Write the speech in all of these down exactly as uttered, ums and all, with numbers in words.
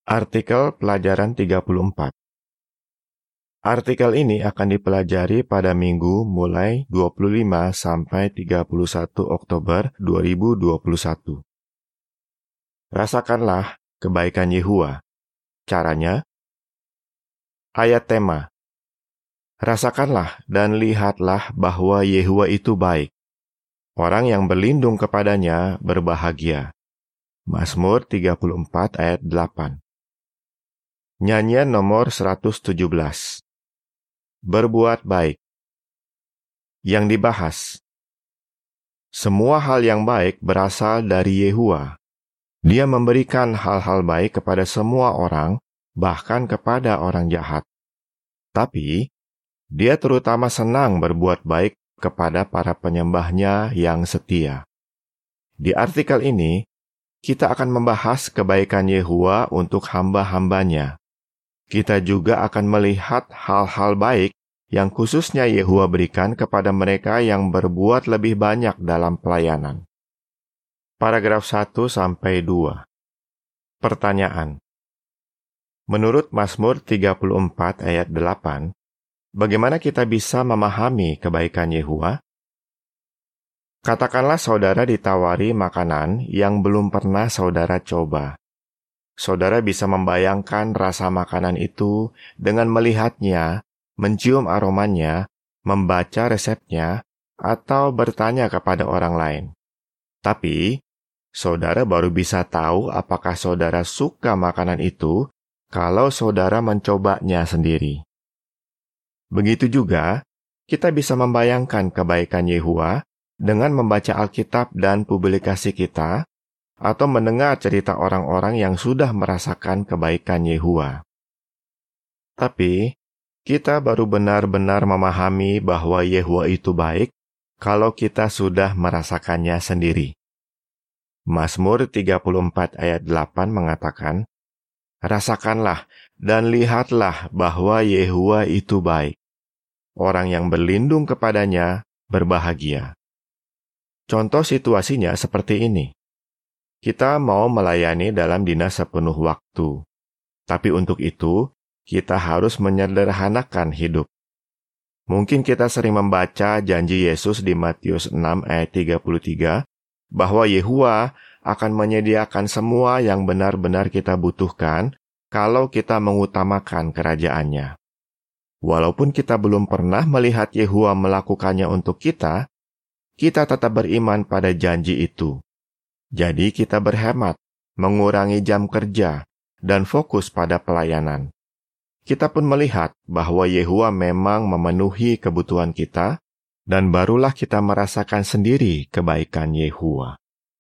Artikel pelajaran tiga puluh empat. Artikel ini akan dipelajari pada minggu mulai dua puluh lima sampai tiga puluh satu Oktober dua ribu dua puluh satu. Rasakanlah kebaikan Yehuwa. Caranya, ayat tema. Rasakanlah dan lihatlah bahwa Yehuwa itu baik. Orang yang berlindung kepadanya berbahagia. Mazmur tiga puluh empat ayat delapan. Nyanyian nomor seratus tujuh belas. Berbuat baik. Yang dibahas. Semua hal yang baik berasal dari Yehuwa. Dia memberikan hal-hal baik kepada semua orang, bahkan kepada orang jahat. Tapi, dia terutama senang berbuat baik kepada para penyembahnya yang setia. Di artikel ini, kita akan membahas kebaikan Yehuwa untuk hamba-hambanya. Kita juga akan melihat hal-hal baik yang khususnya Yehuwa berikan kepada mereka yang berbuat lebih banyak dalam pelayanan. Paragraf satu sampai dua. Pertanyaan. Menurut Mazmur tiga puluh empat ayat delapan, bagaimana kita bisa memahami kebaikan Yehuwa? Katakanlah saudara ditawari makanan yang belum pernah saudara coba. Saudara bisa membayangkan rasa makanan itu dengan melihatnya, mencium aromanya, membaca resepnya, atau bertanya kepada orang lain. Tapi, saudara baru bisa tahu apakah saudara suka makanan itu kalau saudara mencobanya sendiri. Begitu juga, kita bisa membayangkan kebaikan Yehuwa dengan membaca Alkitab dan publikasi kita, atau mendengar cerita orang-orang yang sudah merasakan kebaikan Yehuwa. Tapi, kita baru benar-benar memahami bahwa Yehuwa itu baik kalau kita sudah merasakannya sendiri. Mazmur tiga puluh empat ayat delapan mengatakan, rasakanlah dan lihatlah bahwa Yehuwa itu baik. Orang yang berlindung kepadanya berbahagia. Contoh situasinya seperti ini. Kita mau melayani dalam dinas sepenuh waktu. Tapi untuk itu, kita harus menyederhanakan hidup. Mungkin kita sering membaca janji Yesus di Matius enam ayat tiga puluh tiga, bahwa Yehuwa akan menyediakan semua yang benar-benar kita butuhkan kalau kita mengutamakan kerajaannya. Walaupun kita belum pernah melihat Yehuwa melakukannya untuk kita, kita tetap beriman pada janji itu. Jadi kita berhemat, mengurangi jam kerja, dan fokus pada pelayanan. Kita pun melihat bahwa Yehuwa memang memenuhi kebutuhan kita, dan barulah kita merasakan sendiri kebaikan Yehuwa.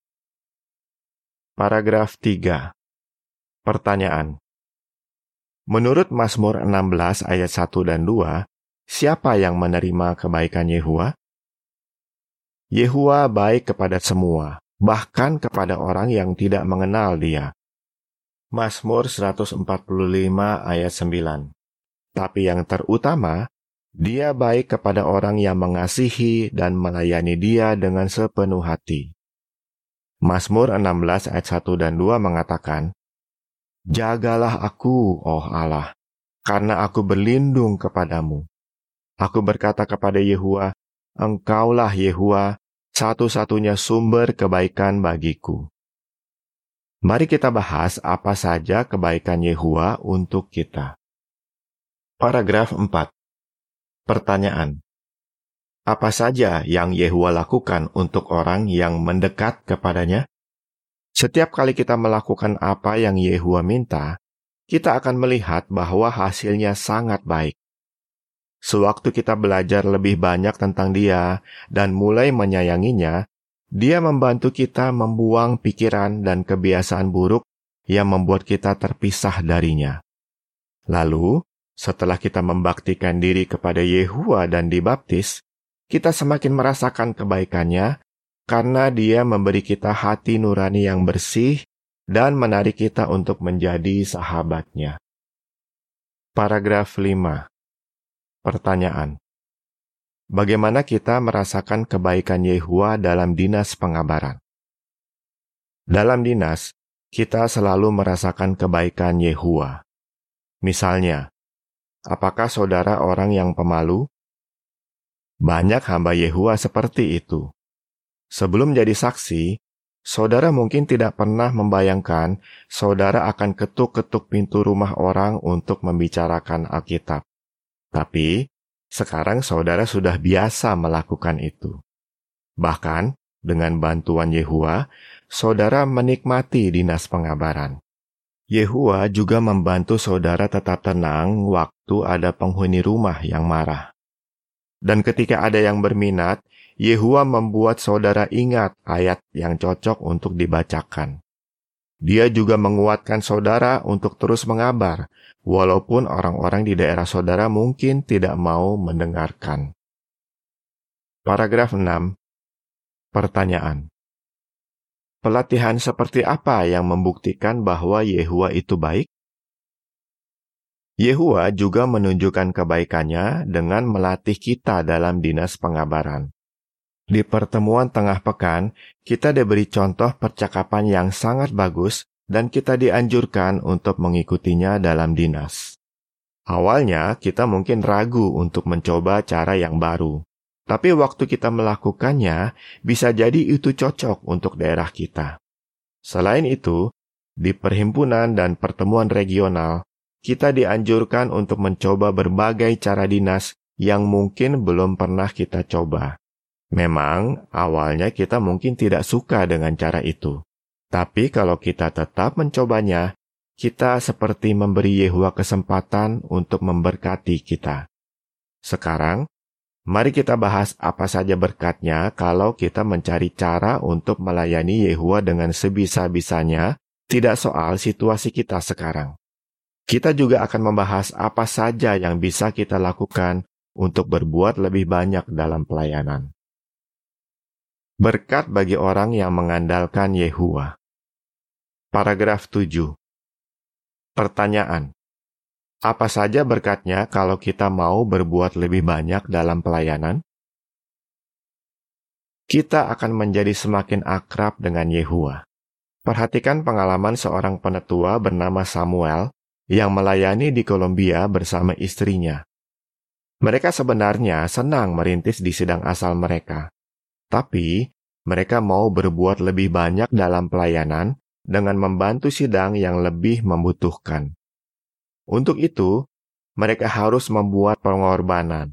Paragraf tiga. Pertanyaan. Menurut Mazmur enam belas ayat satu dan dua, siapa yang menerima kebaikan Yehuwa? Yehuwa baik kepada semua, bahkan kepada orang yang tidak mengenal Dia. Mazmur seratus empat puluh lima ayat sembilan. Tapi yang terutama, Dia baik kepada orang yang mengasihi dan melayani Dia dengan sepenuh hati. Mazmur enam belas ayat satu dan dua mengatakan, jagalah aku, oh Allah, karena aku berlindung kepadamu. Aku berkata kepada Yehuwa, Engkaulah Yehuwa, satu-satunya sumber kebaikan bagiku. Mari kita bahas apa saja kebaikan Yehuwa untuk kita. Paragraf empat. Pertanyaan. Apa saja yang Yehuwa lakukan untuk orang yang mendekat kepadanya? Setiap kali kita melakukan apa yang Yehuwa minta, kita akan melihat bahwa hasilnya sangat baik. Sewaktu kita belajar lebih banyak tentang Dia dan mulai menyayanginya, Dia membantu kita membuang pikiran dan kebiasaan buruk yang membuat kita terpisah darinya. Lalu, setelah kita membaktikan diri kepada Yehuwa dan dibaptis, kita semakin merasakan kebaikannya karena Dia memberi kita hati nurani yang bersih dan menarik kita untuk menjadi sahabatnya. Paragraf lima. Pertanyaan. Bagaimana kita merasakan kebaikan Yehuwa dalam dinas pengabaran? Dalam dinas, kita selalu merasakan kebaikan Yehuwa. Misalnya, apakah saudara orang yang pemalu? Banyak hamba Yehuwa seperti itu. Sebelum jadi saksi, saudara mungkin tidak pernah membayangkan saudara akan ketuk-ketuk pintu rumah orang untuk membicarakan Alkitab. Tapi, sekarang saudara sudah biasa melakukan itu. Bahkan, dengan bantuan Yehuwa, saudara menikmati dinas pengabaran. Yehuwa juga membantu saudara tetap tenang waktu ada penghuni rumah yang marah. Dan ketika ada yang berminat, Yehuwa membuat saudara ingat ayat yang cocok untuk dibacakan. Dia juga menguatkan saudara untuk terus mengabar, walaupun orang-orang di daerah saudara mungkin tidak mau mendengarkan. Paragraf enam. Pertanyaan. Pelatihan seperti apa yang membuktikan bahwa Yehuwa itu baik? Yehuwa juga menunjukkan kebaikannya dengan melatih kita dalam dinas pengabaran. Di pertemuan tengah pekan, kita diberi contoh percakapan yang sangat bagus dan kita dianjurkan untuk mengikutinya dalam dinas. Awalnya, kita mungkin ragu untuk mencoba cara yang baru. Tapi waktu kita melakukannya, bisa jadi itu cocok untuk daerah kita. Selain itu, di perhimpunan dan pertemuan regional, kita dianjurkan untuk mencoba berbagai cara dinas yang mungkin belum pernah kita coba. Memang, awalnya kita mungkin tidak suka dengan cara itu. Tapi kalau kita tetap mencobanya, kita seperti memberi Yehuwa kesempatan untuk memberkati kita. Sekarang, mari kita bahas apa saja berkatnya kalau kita mencari cara untuk melayani Yehuwa dengan sebisa-bisanya, tidak soal situasi kita sekarang. Kita juga akan membahas apa saja yang bisa kita lakukan untuk berbuat lebih banyak dalam pelayanan. Berkat bagi orang yang mengandalkan Yehuwa. Paragraf tujuh. Pertanyaan. Apa saja berkatnya kalau kita mau berbuat lebih banyak dalam pelayanan? Kita akan menjadi semakin akrab dengan Yehuwa. Perhatikan pengalaman seorang penetua bernama Samuel yang melayani di Kolombia bersama istrinya. Mereka sebenarnya senang merintis di sidang asal mereka. Tapi, mereka mau berbuat lebih banyak dalam pelayanan dengan membantu sidang yang lebih membutuhkan. Untuk itu, mereka harus membuat pengorbanan.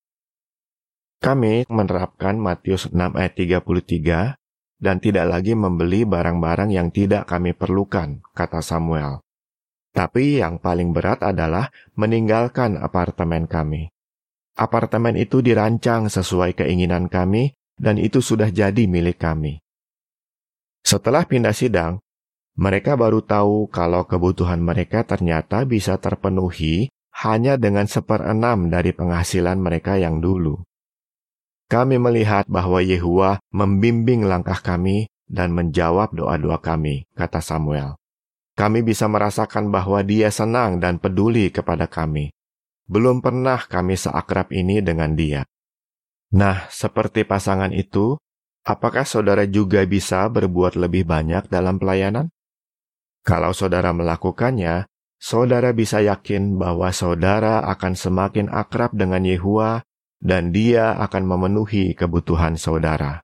Kami menerapkan Matius enam ayat tiga puluh tiga dan tidak lagi membeli barang-barang yang tidak kami perlukan, kata Samuel. Tapi yang paling berat adalah meninggalkan apartemen kami. Apartemen itu dirancang sesuai keinginan kami dan itu sudah jadi milik kami. Setelah pindah sidang, mereka baru tahu kalau kebutuhan mereka ternyata bisa terpenuhi hanya dengan seperenam dari penghasilan mereka yang dulu. Kami melihat bahwa Yehuwa membimbing langkah kami dan menjawab doa-doa kami, kata Samuel. Kami bisa merasakan bahwa Dia senang dan peduli kepada kami. Belum pernah kami seakrab ini dengan Dia. Nah, seperti pasangan itu, apakah saudara juga bisa berbuat lebih banyak dalam pelayanan? Kalau saudara melakukannya, saudara bisa yakin bahwa saudara akan semakin akrab dengan Yehuwa dan Dia akan memenuhi kebutuhan saudara.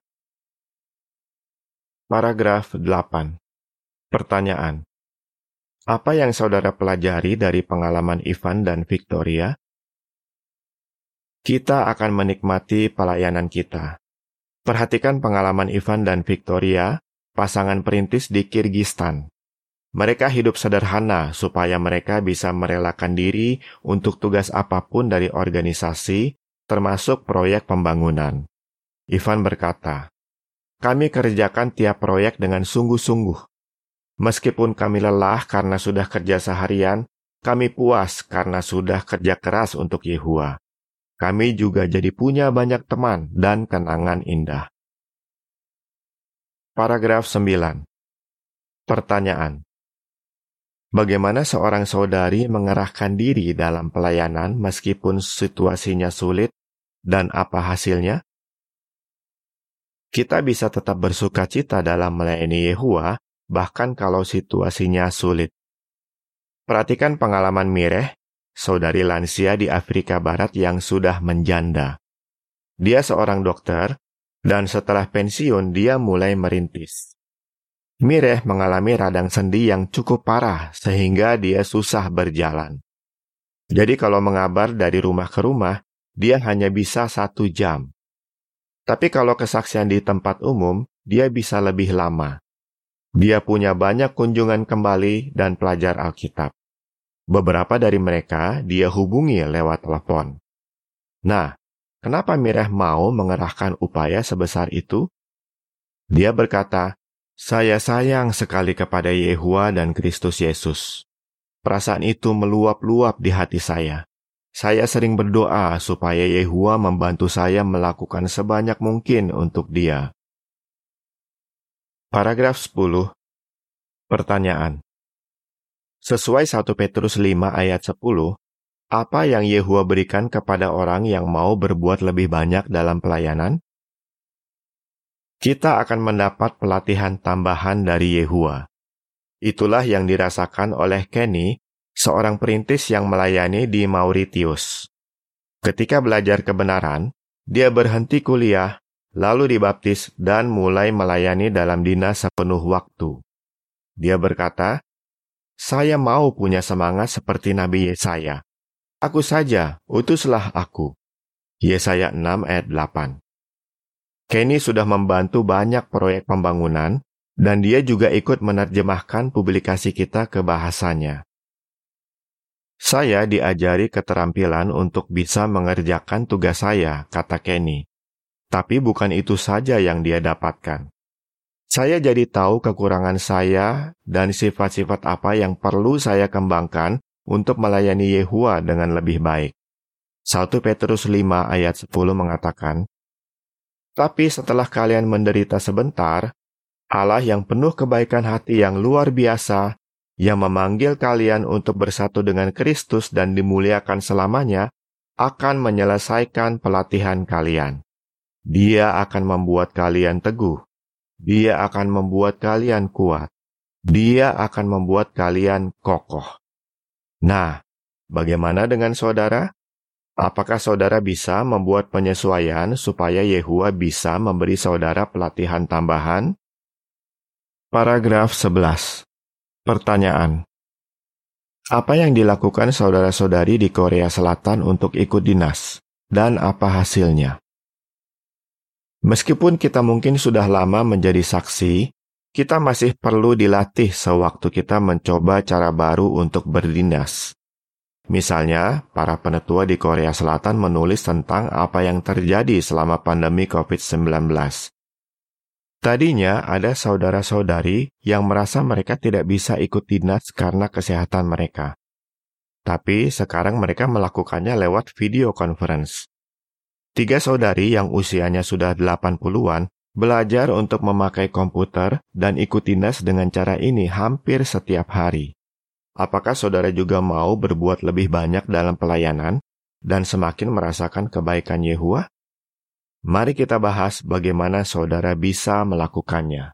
Paragraf delapan. Pertanyaan. Apa yang saudara pelajari dari pengalaman Ivan dan Victoria? Kita akan menikmati pelayanan kita. Perhatikan pengalaman Ivan dan Victoria, pasangan perintis di Kirgistan. Mereka hidup sederhana supaya mereka bisa merelakan diri untuk tugas apapun dari organisasi, termasuk proyek pembangunan. Ivan berkata, "Kami kerjakan tiap proyek dengan sungguh-sungguh. Meskipun kami lelah karena sudah kerja seharian, kami puas karena sudah kerja keras untuk Yehuwa. Kami juga jadi punya banyak teman dan kenangan indah." Paragraf sembilan. Pertanyaan. Bagaimana seorang saudari mengerahkan diri dalam pelayanan meskipun situasinya sulit dan apa hasilnya? Kita bisa tetap bersukacita dalam melayani Yehuwa bahkan kalau situasinya sulit. Perhatikan pengalaman Mireh, saudari lansia di Afrika Barat yang sudah menjanda. Dia seorang dokter, dan setelah pensiun dia mulai merintis. Mireh mengalami radang sendi yang cukup parah sehingga dia susah berjalan. Jadi kalau mengabar dari rumah ke rumah, dia hanya bisa satu jam. Tapi kalau kesaksian di tempat umum, dia bisa lebih lama. Dia punya banyak kunjungan kembali dan pelajar Alkitab. Beberapa dari mereka dia hubungi lewat telepon. Nah, kenapa Mireh mau mengerahkan upaya sebesar itu? Dia berkata, "Saya sayang sekali kepada Yehua dan Kristus Yesus. Perasaan itu meluap-luap di hati saya. Saya sering berdoa supaya Yehua membantu saya melakukan sebanyak mungkin untuk dia." Paragraf sepuluh. Pertanyaan. Sesuai satu Petrus lima ayat sepuluh, apa yang Yehua berikan kepada orang yang mau berbuat lebih banyak dalam pelayanan? Kita akan mendapat pelatihan tambahan dari Yehua. Itulah yang dirasakan oleh Kenny, seorang perintis yang melayani di Mauritius. Ketika belajar kebenaran, dia berhenti kuliah, lalu dibaptis dan mulai melayani dalam dinas sepenuh waktu. Dia berkata, "Saya mau punya semangat seperti Nabi Yesaya. Aku saja, utuslah aku." Yesaya enam ayat delapan. Kenny sudah membantu banyak proyek pembangunan, dan dia juga ikut menerjemahkan publikasi kita ke bahasanya. "Saya diajari keterampilan untuk bisa mengerjakan tugas saya," kata Kenny. Tapi bukan itu saja yang dia dapatkan. "Saya jadi tahu kekurangan saya dan sifat-sifat apa yang perlu saya kembangkan untuk melayani Yehua dengan lebih baik." satu Petrus lima ayat sepuluh mengatakan, "Tapi setelah kalian menderita sebentar, Allah yang penuh kebaikan hati yang luar biasa, yang memanggil kalian untuk bersatu dengan Kristus dan dimuliakan selamanya, akan menyelesaikan pelatihan kalian. Dia akan membuat kalian teguh. Dia akan membuat kalian kuat. Dia akan membuat kalian kokoh." Nah, bagaimana dengan saudara? Apakah saudara bisa membuat penyesuaian supaya Yehua bisa memberi saudara pelatihan tambahan? Paragraf sebelas. Pertanyaan. Apa yang dilakukan saudara-saudari di Korea Selatan untuk ikut dinas? Dan apa hasilnya? Meskipun kita mungkin sudah lama menjadi saksi, kita masih perlu dilatih sewaktu kita mencoba cara baru untuk berdinas. Misalnya, para penetua di Korea Selatan menulis tentang apa yang terjadi selama pandemi covid sembilan belas. Tadinya ada saudara-saudari yang merasa mereka tidak bisa ikut dinas karena kesehatan mereka. Tapi sekarang mereka melakukannya lewat video conference. Tiga saudari yang usianya sudah delapan puluhan belajar untuk memakai komputer dan ikut dinas dengan cara ini hampir setiap hari. Apakah saudara juga mau berbuat lebih banyak dalam pelayanan dan semakin merasakan kebaikan Yehua? Mari kita bahas bagaimana saudara bisa melakukannya.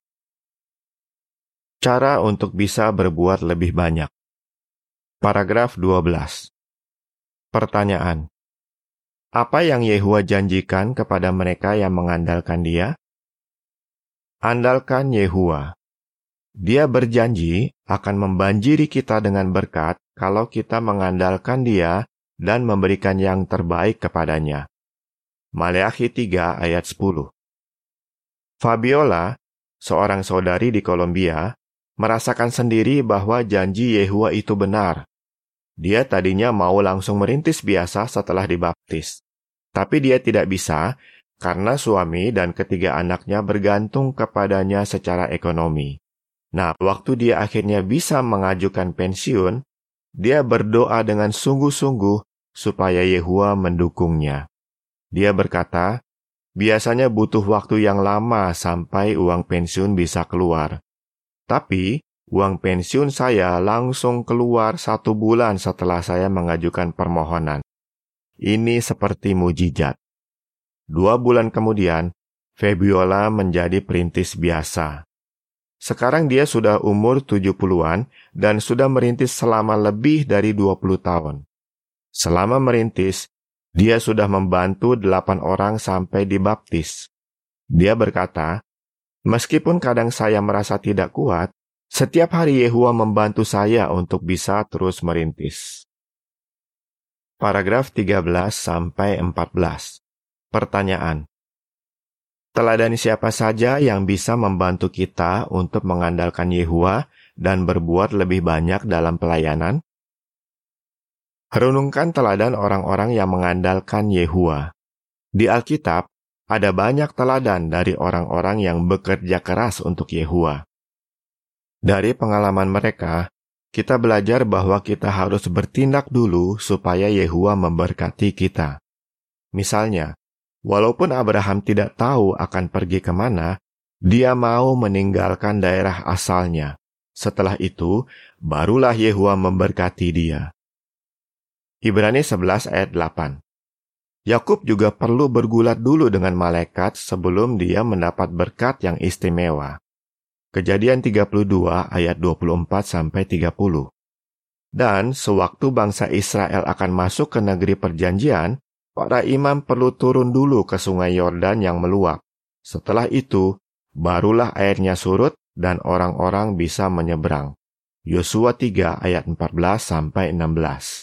Cara untuk bisa berbuat lebih banyak. Paragraf dua belas. Pertanyaan. Apa yang Yehua janjikan kepada mereka yang mengandalkan Dia? Andalkan Yehua. Dia berjanji akan membanjiri kita dengan berkat kalau kita mengandalkan Dia dan memberikan yang terbaik kepadanya. Maleakhi tiga ayat sepuluh. Fabiola, seorang saudari di Kolombia, merasakan sendiri bahwa janji Yehua itu benar. Dia tadinya mau langsung merintis biasa setelah dibaptis. Tapi dia tidak bisa karena suami dan ketiga anaknya bergantung kepadanya secara ekonomi. Nah, waktu dia akhirnya bisa mengajukan pensiun, dia berdoa dengan sungguh-sungguh supaya Yehua mendukungnya. Dia berkata, "Biasanya butuh waktu yang lama sampai uang pensiun bisa keluar. Tapi, uang pensiun saya langsung keluar satu bulan setelah saya mengajukan permohonan. Ini seperti mujizat." Dua bulan kemudian, Fabiola menjadi perintis biasa. Sekarang dia sudah umur tujuh puluhan dan sudah merintis selama lebih dari dua puluh tahun. Selama merintis, dia sudah membantu delapan orang sampai dibaptis. Dia berkata, "Meskipun kadang saya merasa tidak kuat, setiap hari Yehua membantu saya untuk bisa terus merintis." Paragraf tiga belas sampai empat belas. Pertanyaan: teladan siapa saja yang bisa membantu kita untuk mengandalkan Yehua dan berbuat lebih banyak dalam pelayanan? Renungkan teladan orang-orang yang mengandalkan Yehua. Di Alkitab, ada banyak teladan dari orang-orang yang bekerja keras untuk Yehua. Dari pengalaman mereka, kita belajar bahwa kita harus bertindak dulu supaya Yehua memberkati kita. Misalnya, walaupun Abraham tidak tahu akan pergi kemana, dia mau meninggalkan daerah asalnya. Setelah itu, barulah Yehua memberkati dia. Ibrani sebelas ayat delapan. Yakub juga perlu bergulat dulu dengan malaikat sebelum dia mendapat berkat yang istimewa. Kejadian tiga puluh dua ayat dua puluh empat sampai tiga puluh. Dan sewaktu bangsa Israel akan masuk ke negeri perjanjian, para imam perlu turun dulu ke sungai Yordan yang meluap. Setelah itu, barulah airnya surut dan orang-orang bisa menyeberang. Yosua tiga ayat empat belas sampai enam belas.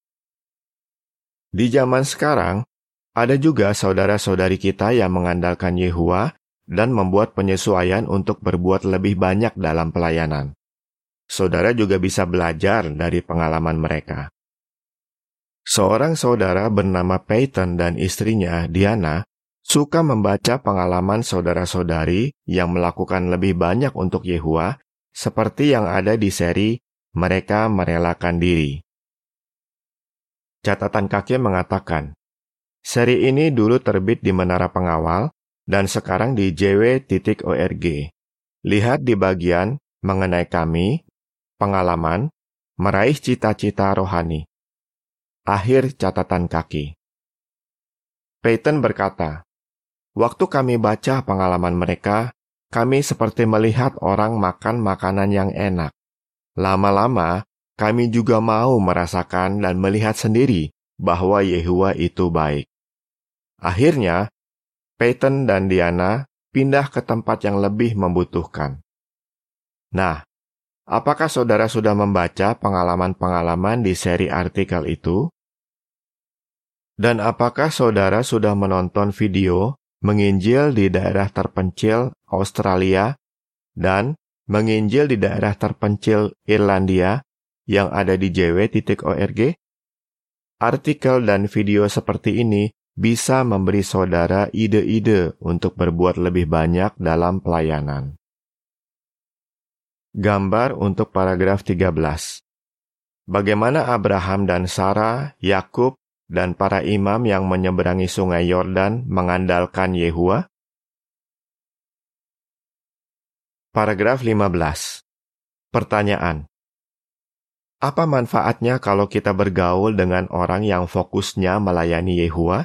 Di zaman sekarang, ada juga saudara-saudari kita yang mengandalkan Yehua dan membuat penyesuaian untuk berbuat lebih banyak dalam pelayanan. Saudara juga bisa belajar dari pengalaman mereka. Seorang saudara bernama Peyton dan istrinya, Diana, suka membaca pengalaman saudara-saudari yang melakukan lebih banyak untuk Yehua, seperti yang ada di seri Mereka Merelakan Diri. Catatan kaki mengatakan, seri ini dulu terbit di Menara Pengawal dan sekarang di j w titik org. Lihat di bagian mengenai kami, pengalaman, meraih cita-cita rohani. Akhir catatan kaki. Peyton berkata, waktu kami baca pengalaman mereka, kami seperti melihat orang makan makanan yang enak. Lama-lama, kami juga mau merasakan dan melihat sendiri bahwa Yehua itu baik. Akhirnya, Peyton dan Diana pindah ke tempat yang lebih membutuhkan. Nah, apakah saudara sudah membaca pengalaman-pengalaman di seri artikel itu? Dan apakah saudara sudah menonton video menginjil di daerah terpencil Australia dan menginjil di daerah terpencil Irlandia yang ada di j w titik org? Artikel dan video seperti ini bisa memberi saudara ide-ide untuk berbuat lebih banyak dalam pelayanan. Gambar untuk paragraf tiga belas. Bagaimana Abraham dan Sarah, Yakub, dan para imam yang menyeberangi sungai Yordan mengandalkan Yehua? Paragraf lima belas. Pertanyaan: apa manfaatnya kalau kita bergaul dengan orang yang fokusnya melayani Yehua?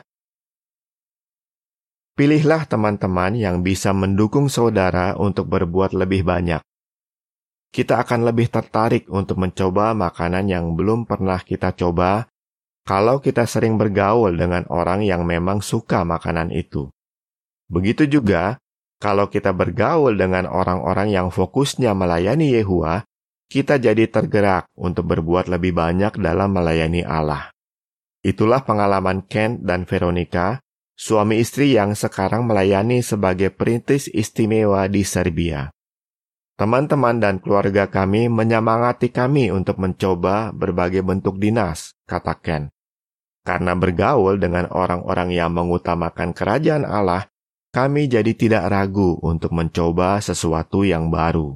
Pilihlah teman-teman yang bisa mendukung saudara untuk berbuat lebih banyak. Kita akan lebih tertarik untuk mencoba makanan yang belum pernah kita coba kalau kita sering bergaul dengan orang yang memang suka makanan itu. Begitu juga, kalau kita bergaul dengan orang-orang yang fokusnya melayani Yehua, kita jadi tergerak untuk berbuat lebih banyak dalam melayani Allah. Itulah pengalaman Ken dan Veronica, suami istri yang sekarang melayani sebagai perintis istimewa di Serbia. Teman-teman dan keluarga kami menyemangati kami untuk mencoba berbagai bentuk dinas, kata Ken. Karena bergaul dengan orang-orang yang mengutamakan kerajaan Allah, kami jadi tidak ragu untuk mencoba sesuatu yang baru.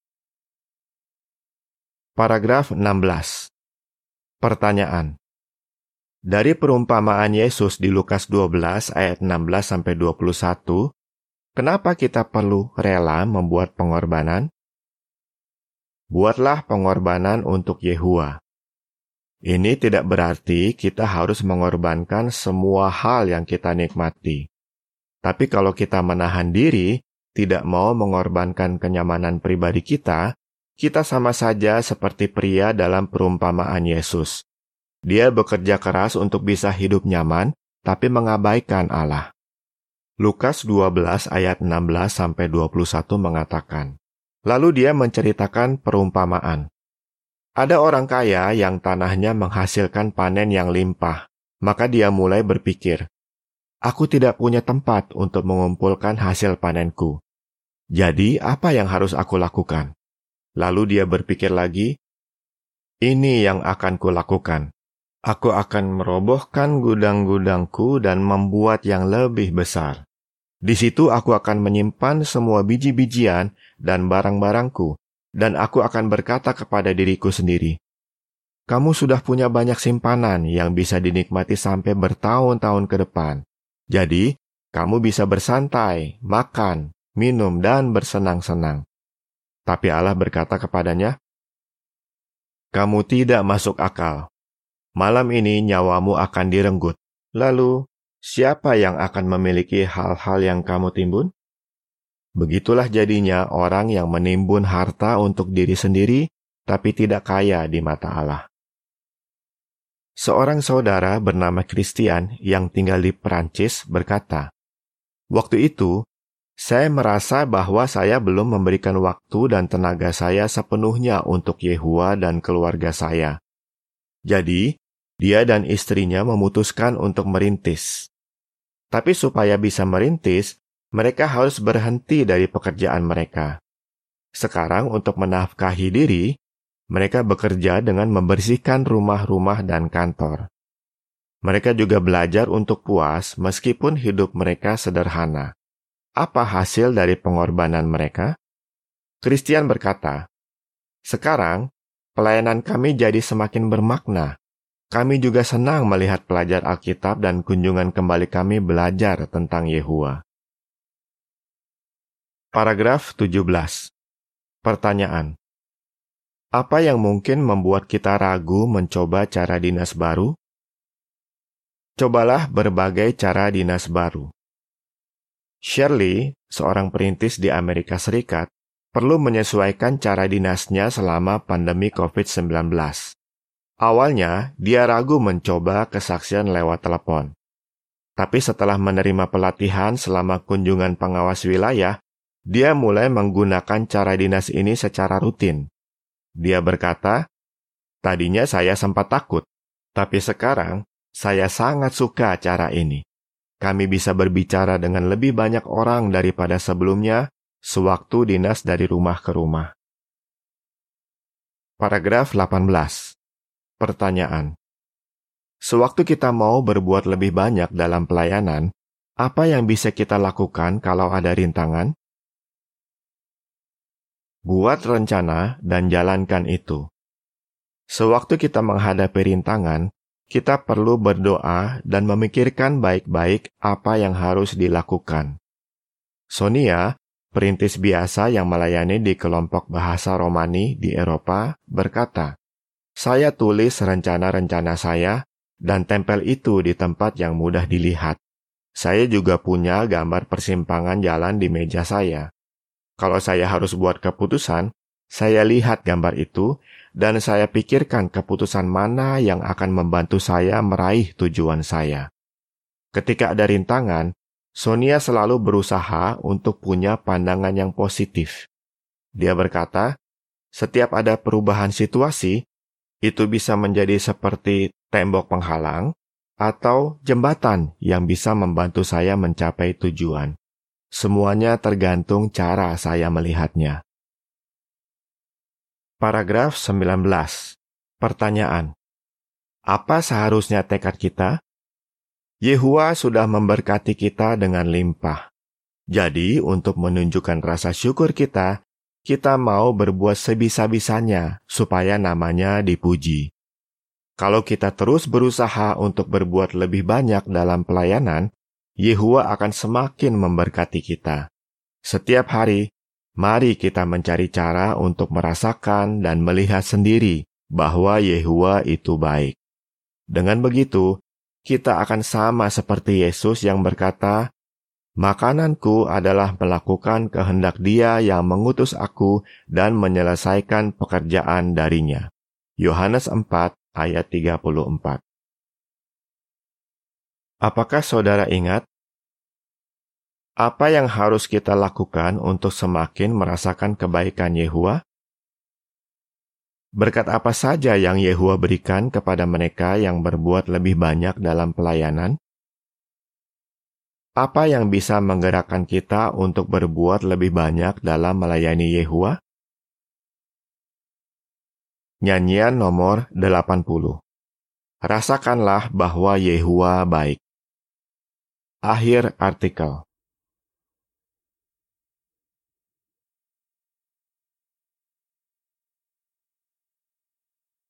Paragraf enam belas. Pertanyaan: dari perumpamaan Yesus di Lukas dua belas ayat enam belas sampai dua puluh satu, kenapa kita perlu rela membuat pengorbanan? Buatlah pengorbanan untuk Yehua. Ini tidak berarti kita harus mengorbankan semua hal yang kita nikmati. Tapi kalau kita menahan diri, tidak mau mengorbankan kenyamanan pribadi kita, kita sama saja seperti pria dalam perumpamaan Yesus. Dia bekerja keras untuk bisa hidup nyaman, tapi mengabaikan Allah. Lukas dua belas ayat enam belas sampai dua puluh satu mengatakan, lalu dia menceritakan perumpamaan. Ada orang kaya yang tanahnya menghasilkan panen yang limpah, maka dia mulai berpikir, aku tidak punya tempat untuk mengumpulkan hasil panenku. Jadi apa yang harus aku lakukan? Lalu dia berpikir lagi, ini yang akan kulakukan. Aku akan merobohkan gudang-gudangku dan membuat yang lebih besar. Di situ aku akan menyimpan semua biji-bijian dan barang-barangku, dan aku akan berkata kepada diriku sendiri, kamu sudah punya banyak simpanan yang bisa dinikmati sampai bertahun-tahun ke depan. Jadi, kamu bisa bersantai, makan, minum, dan bersenang-senang. Tapi Allah berkata kepadanya, kamu tidak masuk akal. Malam ini nyawamu akan direnggut. Lalu, siapa yang akan memiliki hal-hal yang kamu timbun? Begitulah jadinya orang yang menimbun harta untuk diri sendiri, tapi tidak kaya di mata Allah. Seorang saudara bernama Christian yang tinggal di Perancis berkata, waktu itu, saya merasa bahwa saya belum memberikan waktu dan tenaga saya sepenuhnya untuk Yehua dan keluarga saya. Jadi, dia dan istrinya memutuskan untuk merintis. Tapi supaya bisa merintis, mereka harus berhenti dari pekerjaan mereka. Sekarang untuk menafkahi diri, mereka bekerja dengan membersihkan rumah-rumah dan kantor. Mereka juga belajar untuk puas meskipun hidup mereka sederhana. Apa hasil dari pengorbanan mereka? Christian berkata, sekarang pelayanan kami jadi semakin bermakna. Kami juga senang melihat pelajar Alkitab dan kunjungan kembali kami belajar tentang Yehua. Paragraf tujuh belas. Pertanyaan. Apa yang mungkin membuat kita ragu mencoba cara dinas baru? Cobalah berbagai cara dinas baru. Shirley, seorang perintis di Amerika Serikat, perlu menyesuaikan cara dinasnya selama pandemi covid sembilan belas. Awalnya, dia ragu mencoba kesaksian lewat telepon. Tapi setelah menerima pelatihan selama kunjungan pengawas wilayah, dia mulai menggunakan cara dinas ini secara rutin. Dia berkata, tadinya saya sempat takut, tapi sekarang saya sangat suka cara ini. Kami bisa berbicara dengan lebih banyak orang daripada sebelumnya, sewaktu dinas dari rumah ke rumah. Paragraf delapan belas. Pertanyaan. Sewaktu kita mau berbuat lebih banyak dalam pelayanan, apa yang bisa kita lakukan kalau ada rintangan? Buat rencana dan jalankan itu. Sewaktu kita menghadapi rintangan, kita perlu berdoa dan memikirkan baik-baik apa yang harus dilakukan. Sonia, perintis biasa yang melayani di kelompok bahasa Romani di Eropa, berkata, saya tulis rencana-rencana saya dan tempel itu di tempat yang mudah dilihat. Saya juga punya gambar persimpangan jalan di meja saya. Kalau saya harus buat keputusan, saya lihat gambar itu dan saya pikirkan keputusan mana yang akan membantu saya meraih tujuan saya. Ketika ada rintangan, Sonia selalu berusaha untuk punya pandangan yang positif. Dia berkata, setiap ada perubahan situasi, itu bisa menjadi seperti tembok penghalang atau jembatan yang bisa membantu saya mencapai tujuan. Semuanya tergantung cara saya melihatnya. Paragraf sembilan belas. Pertanyaan. Apa seharusnya tekad kita? Yehua sudah memberkati kita dengan limpah. Jadi, untuk menunjukkan rasa syukur kita, kita mau berbuat sebisa-bisanya supaya namanya dipuji. Kalau kita terus berusaha untuk berbuat lebih banyak dalam pelayanan, Yehua akan semakin memberkati kita. Setiap hari, mari kita mencari cara untuk merasakan dan melihat sendiri bahwa Yehua itu baik. Dengan begitu, kita akan sama seperti Yesus yang berkata, Makananku adalah melakukan kehendak Dia yang mengutus aku dan menyelesaikan pekerjaan darinya. Yohanes empat ayat tiga puluh empat. Apakah saudara ingat apa yang harus kita lakukan untuk semakin merasakan kebaikan Yehuwa? Berkat apa saja yang Yehuwa berikan kepada mereka yang berbuat lebih banyak dalam pelayanan? Apa yang bisa menggerakkan kita untuk berbuat lebih banyak dalam melayani Yehuwa? Nyanyian nomor delapan puluh. Rasakanlah bahwa Yehuwa baik. Akhir artikel.